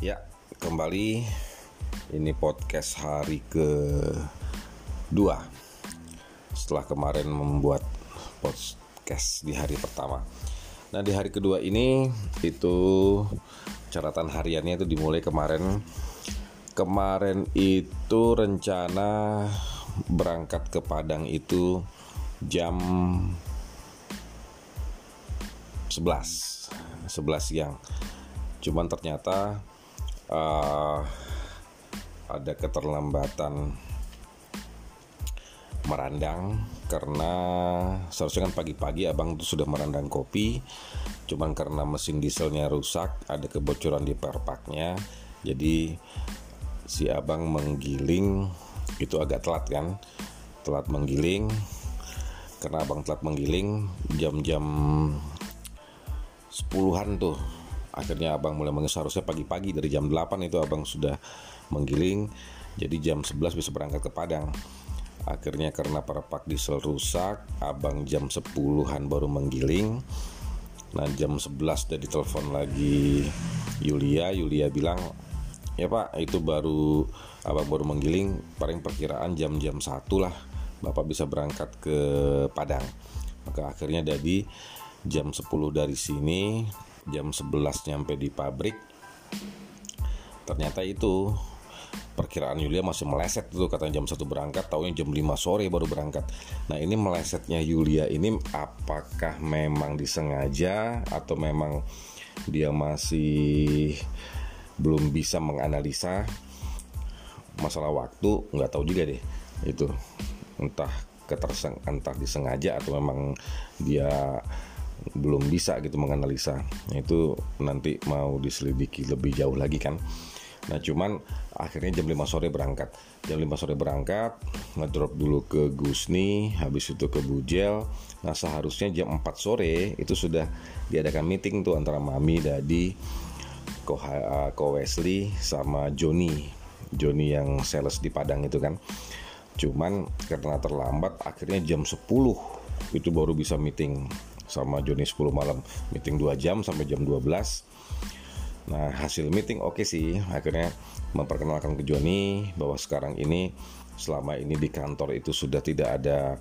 Ya, kembali ini podcast hari kedua setelah kemarin membuat podcast di hari pertama. Nah, di hari kedua ini itu catatan hariannya itu dimulai kemarin. Kemarin itu rencana berangkat ke Padang itu jam 11 siang. Cuman ternyata ada keterlambatan merandang karena seharusnya kan pagi-pagi abang itu sudah merandang kopi, cuman karena mesin dieselnya rusak, ada kebocoran di perpaknya, jadi si abang menggiling itu agak telat menggiling. Karena abang telat menggiling jam-jam 10-an tuh, akhirnya abang mulai seharusnya pagi-pagi dari jam 8 itu abang sudah menggiling, jadi jam 11 bisa berangkat ke Padang. Akhirnya karena perpak diesel rusak, abang jam 10-an baru menggiling. Nah, jam 11 udah ditelepon lagi Yulia bilang, ya Pak, itu abang baru menggiling, paling perkiraan jam-jam 1 lah Bapak bisa berangkat ke Padang. Maka akhirnya dari jam 10 dari sini, jam 11 nyampe di pabrik. Ternyata itu perkiraan Yulia masih meleset tuh, katanya jam 1 berangkat, taunya jam 5 sore baru berangkat. Nah, ini melesetnya Yulia ini apakah memang disengaja atau memang dia masih belum bisa menganalisa masalah waktu, nggak tahu juga deh itu. Entah disengaja atau memang dia belum bisa gitu menganalisa. Itu nanti mau diselidiki lebih jauh lagi kan. Nah, cuman akhirnya jam 5 sore berangkat. Ngedrop dulu ke Gusni, habis itu ke Bujel. Nah, seharusnya jam 4 sore itu sudah diadakan meeting tuh antara Mami, Dadi, Ko Wesley sama Joni yang sales di Padang itu kan. Cuman karena terlambat, akhirnya jam 10 itu baru bisa meeting sama Joni 10 malam. Meeting 2 jam sampai jam 12. Nah, hasil meeting oke sih. Akhirnya memperkenalkan ke Joni bahwa sekarang ini, selama ini di kantor itu sudah tidak ada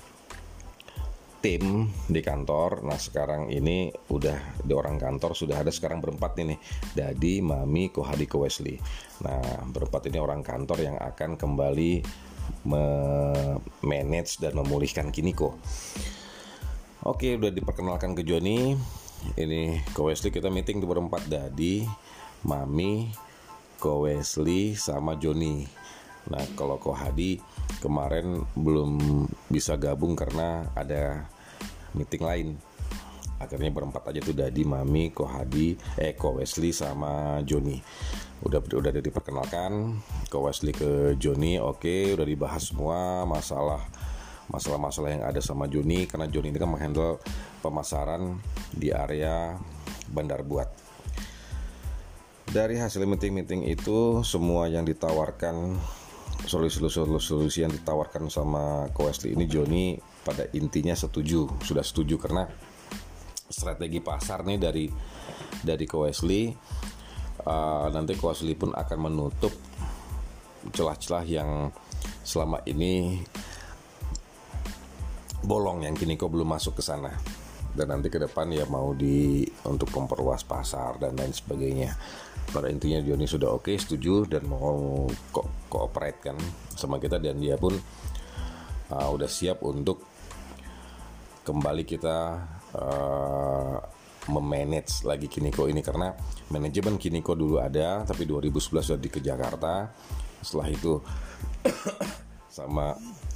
tim di kantor. Nah, sekarang ini udah di orang kantor sudah ada sekarang berempat nih, Dadi, Mami, Kohadi, Ko Wesley. Nah, berempat ini orang kantor yang akan kembali manage dan memulihkan Kiniko. Oke, udah diperkenalkan ke Joni. Ini Ko Wesley, kita meeting tuh berempat, Dadi, Mami, Ko Wesley sama Joni. Nah, kalau Ko Hadi kemarin belum bisa gabung karena ada meeting lain. Akhirnya berempat aja tuh, Dadi, Mami, Ko Wesley sama Joni. Udah diperkenalkan Ko Wesley ke Joni. Oke, udah dibahas semua masalah yang ada sama Joni, karena Joni ini kan menghandle pemasaran di area Bandar Buat. Dari hasil meeting itu, semua yang ditawarkan, solusi yang ditawarkan sama Ko Wesley ini, Joni pada intinya sudah setuju karena strategi pasar nih dari Ko Wesley. Nanti Ko Wesley pun akan menutup celah-celah yang selama ini bolong, yang Kiniko belum masuk ke sana. Dan nanti ke depan ya mau untuk memperluas pasar dan lain sebagainya. Pada intinya Joni sudah oke, setuju dan mau cooperate kan sama kita, dan dia pun udah siap untuk kembali kita memanage lagi Kiniko ini, karena manajemen Kiniko dulu ada, tapi 2011 sudah ke Jakarta. Setelah itu sama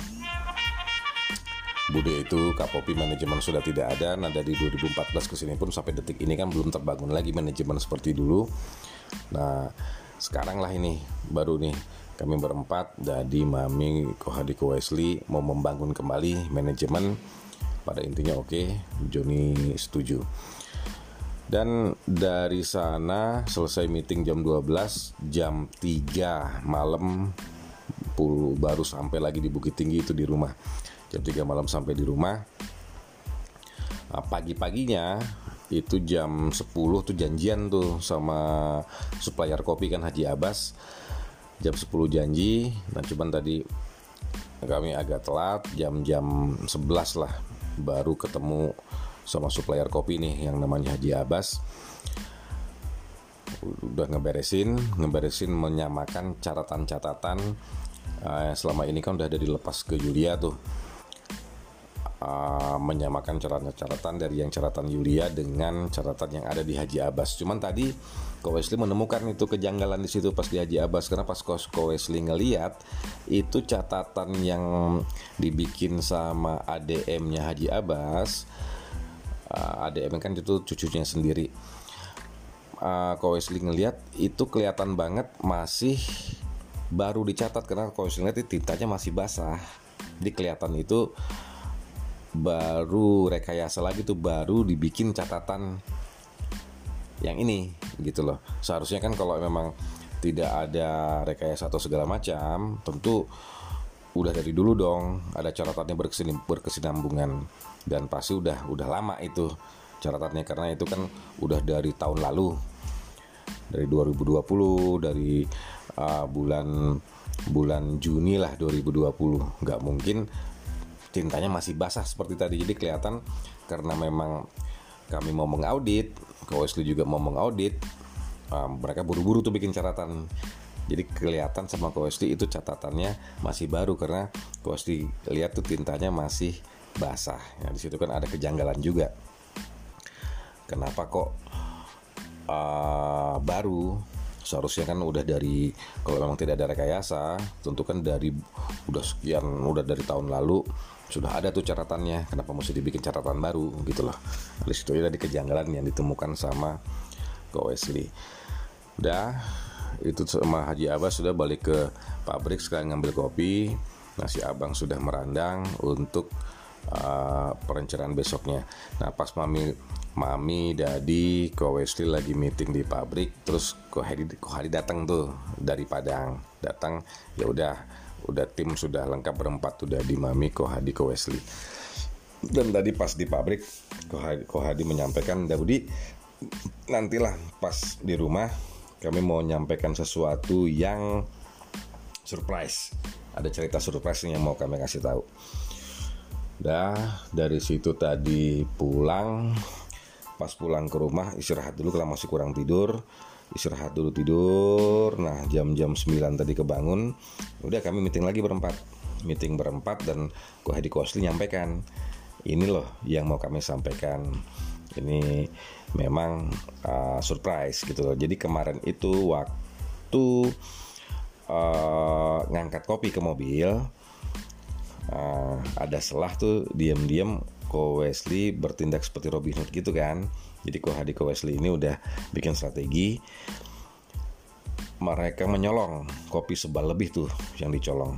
Bude itu Kapopi manajemen sudah tidak ada. Nah, dari 2014 ke sini pun sampai detik ini kan belum terbangun lagi manajemen seperti dulu. Nah, sekarang lah ini baru nih kami berempat, Dadi, Mami, Kohadi, Ko Wesley mau membangun kembali manajemen. Pada intinya oke, Joni setuju. Dan dari sana selesai meeting jam 12, jam 3 malam baru sampai lagi di Bukit Tinggi itu di rumah. Jam 3 malam sampai di rumah. Nah, pagi-paginya itu jam 10 tuh janjian tuh sama supplier kopi kan Haji Abbas, jam 10 janji. Nah cuman tadi kami agak telat, jam 11 lah baru ketemu sama supplier kopi nih yang namanya Haji Abbas. Udah ngeberesin menyamakan catatan-catatan. Selama ini kan udah ada dilepas ke Yulia tuh, menyamakan catatan dari yang catatan Yulia dengan catatan yang ada di Haji Abbas. Cuman tadi Ko Wesley menemukan itu kejanggalan di situ pas di Haji Abbas, karena pas Ko Wesley ngeliat itu catatan yang dibikin sama ADM-nya Haji Abbas. ADM kan itu cucunya sendiri. Ko Wesley ngeliat itu kelihatan banget masih baru dicatat, karena Ko Wesley ngeliat tintanya masih basah. Jadi kelihatan itu baru rekayasa lagi tuh, baru dibikin catatan yang ini gitu loh. Seharusnya kan kalau memang tidak ada rekayasa atau segala macam, tentu udah dari dulu dong ada catatannya berkesinambungan, dan pasti udah lama itu catatannya, karena itu kan udah dari tahun lalu, dari 2020, dari bulan Juni lah 2020. Nggak mungkin tintanya masih basah seperti tadi. Jadi kelihatan karena memang kami mau mengaudit, Ko Wesley juga mau mengaudit, mereka buru-buru tuh bikin catatan. Jadi kelihatan sama Ko Wesley itu catatannya masih baru, karena Ko Wesley lihat tuh tintanya masih basah. Nah, di situ kan ada kejanggalan juga. Kenapa kok baru? Seharusnya kan udah dari, kalau memang tidak ada rekayasa, tentu kan dari udah dari tahun lalu sudah ada tuh catatannya. Kenapa mesti dibikin catatan baru gitu loh. Di situ ada kejanggalan yang ditemukan sama Ko Wesley. Udah itu sama Haji Abbas sudah balik ke pabrik, sekarang ngambil kopi. Nasi abang sudah merandang untuk perencanaan besoknya. Nah pas Mami, Dadi, Ko Wesley lagi meeting di pabrik, terus Ko Hadi datang tuh dari Padang. Datang, ya udah tim sudah lengkap berempat, udah di Mami, Ko Hadi, Ko Wesley. Dan tadi pas di pabrik Ko Hadi menyampaikan, Budi, nantilah pas di rumah kami mau menyampaikan sesuatu yang surprise. Ada cerita surprise yang mau kami kasih tahu. Dari situ tadi pulang. Pas pulang ke rumah istirahat dulu karena masih kurang tidur. Istirahat dulu tidur. Nah jam 9 tadi kebangun. Udah kami meeting lagi berempat. Dan Ko Hadi, Ko Wesley nyampaikan, ini loh yang mau kami sampaikan. Ini memang surprise gitu loh. Jadi kemarin itu waktu ngangkat kopi ke mobil, ada selah tuh diam-diam Ko Wesley bertindak seperti Robin Hood gitu kan. Jadi Ko Hadi, Ko Wesley ini udah bikin strategi. Mereka menyolong kopi sebal lebih tuh yang dicolong.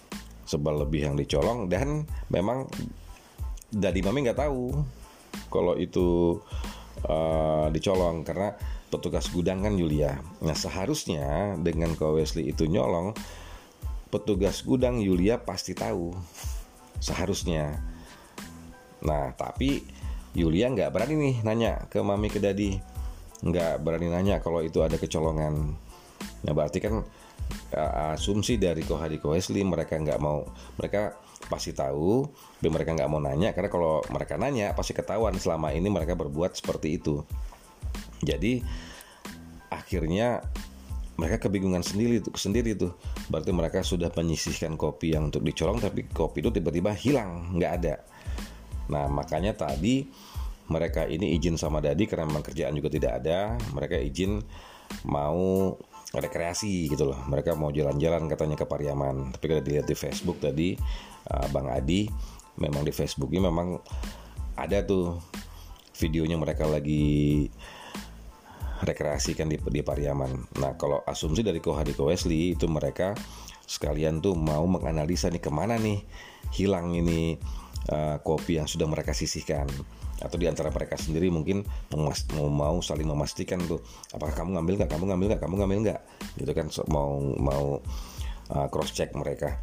Dan memang Dadi Mami nggak tahu kalau itu dicolong, karena petugas gudang kan Yulia. Nah seharusnya dengan Ko Wesley itu nyolong, petugas gudang Yulia pasti tahu seharusnya. Nah tapi Yulia nggak berani nih nanya ke Mami, ke Dadi, nggak berani nanya kalau itu ada kecolongan. Nah berarti kan asumsi dari Ko Hadi, Ko Wesley mereka nggak mau, mereka pasti tahu, tapi mereka nggak mau nanya, karena kalau mereka nanya pasti ketahuan selama ini mereka berbuat seperti itu. Jadi akhirnya mereka kebingungan sendiri tuh. Berarti mereka sudah menyisihkan kopi yang untuk dicolong, tapi kopi itu tiba-tiba hilang, nggak ada. Nah makanya tadi mereka ini izin sama Dadi, karena memang kerjaan juga tidak ada. Mereka izin mau rekreasi gitu loh. Mereka mau jalan-jalan katanya ke Pariaman. Tapi kalau dilihat di Facebook tadi, Bang Adi, memang di Facebooknya memang ada tuh videonya mereka lagi rekreasikan di Pariaman. Nah kalau asumsi dari Ko Hadi, Ko Wesley itu mereka sekalian tuh mau menganalisa nih kemana nih hilang ini kopi yang sudah mereka sisihkan. Atau di antara mereka sendiri mungkin mau saling memastikan tuh, apakah kamu ngambil nggak gitu kan, mau cross check mereka.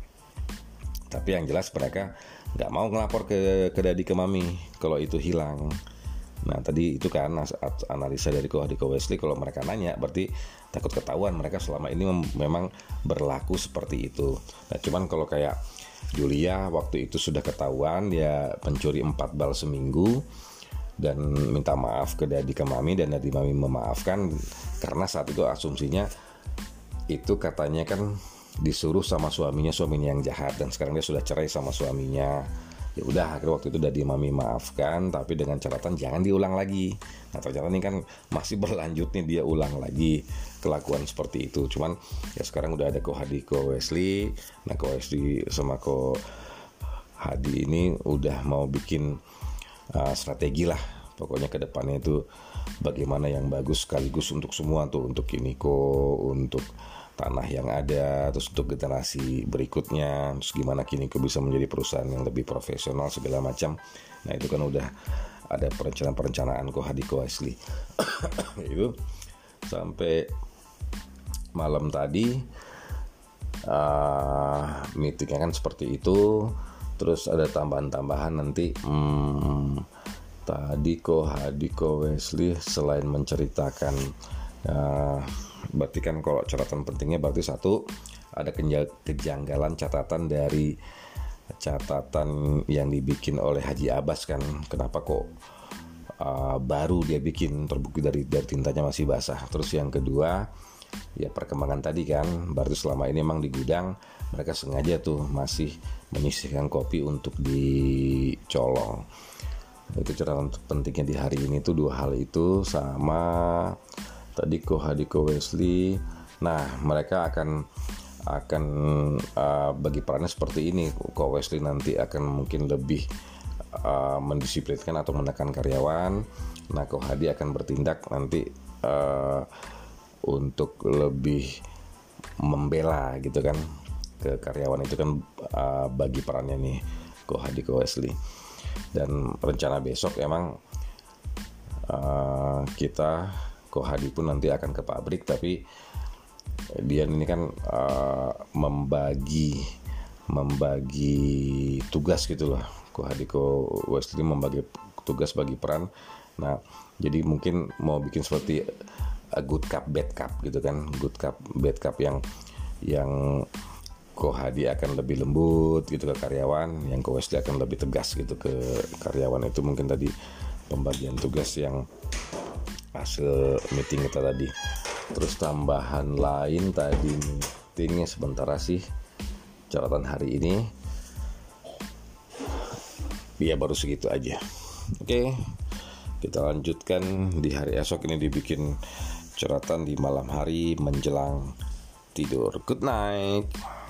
Tapi yang jelas mereka nggak mau ngelapor ke Dadi, ke Mami kalau itu hilang. Nah tadi itu kan analisa dari Ko Hadi Ko Wesley, kalau mereka nanya berarti takut ketahuan mereka selama ini memang berlaku seperti itu. Nah cuman kalau kayak Julia waktu itu sudah ketahuan dia pencuri 4 bal seminggu dan minta maaf ke Daddy ke Mami, dan Daddy Mami memaafkan karena saat itu asumsinya itu katanya kan disuruh sama suaminya yang jahat, dan sekarang dia sudah cerai sama suaminya. Ya udah, akhirnya waktu itu Daddy Mami maafkan, tapi dengan catatan jangan diulang lagi. Nah ternyata ini kan masih berlanjut nih, dia ulang lagi kelakuan seperti itu. Cuman ya sekarang udah ada Ko Hadi Ko Wesley. Nah Ko Wesley sama Ko Hadi ini udah mau bikin strategi lah pokoknya ke depannya itu bagaimana yang bagus sekaligus untuk semua tuh, untuk Kiniko, untuk tanah yang ada, terus untuk generasi berikutnya, terus gimana Kiniko bisa menjadi perusahaan yang lebih profesional segala macam. Nah itu kan udah ada perencanaan Ko Hadi Ko Wesley. Itu sampai malam tadi meetingnya kan seperti itu. Terus ada tambahan-tambahan nanti tadi Ko Hadi Ko Wesley selain menceritakan berarti kan kalau catatan pentingnya berarti satu, ada kejanggalan catatan dari catatan yang dibikin oleh Haji Abbas kan, kenapa kok baru dia bikin, terbukti dari tintanya masih basah. Terus yang kedua ya perkembangan tadi kan, berarti selama ini emang di gudang mereka sengaja tuh masih menyisihkan kopi untuk dicolong. Itu catatan pentingnya di hari ini tuh dua hal itu, sama tadi Ko Hadi Ko Wesley. Nah mereka akan bagi perannya seperti ini. Ko Wesley nanti akan mungkin lebih mendisiplinkan atau menekan karyawan. Nah Ko Hadi akan bertindak nanti untuk lebih membela gitu kan ke karyawan. Itu kan bagi perannya nih Ko Hadi Ko Wesley. Dan rencana besok emang kita Ko Hadi pun nanti akan ke pabrik, tapi dia ini kan membagi tugas gitu loh. Ko Hadi Ko Wesley membagi tugas, bagi peran. Nah jadi mungkin mau bikin seperti good cup bad cup gitu kan, good cup bad cup yang Ko Hadi akan lebih lembut gitu ke karyawan, yang Ko Wesley akan lebih tegas gitu ke karyawan. Itu mungkin tadi pembagian tugas yang hasil meeting kita tadi. Terus tambahan lain tadi meetingnya sebentar sih catatan hari ini ya baru segitu aja. Oke, kita lanjutkan di hari esok. Ini dibikin catatan di malam hari menjelang tidur. Good night.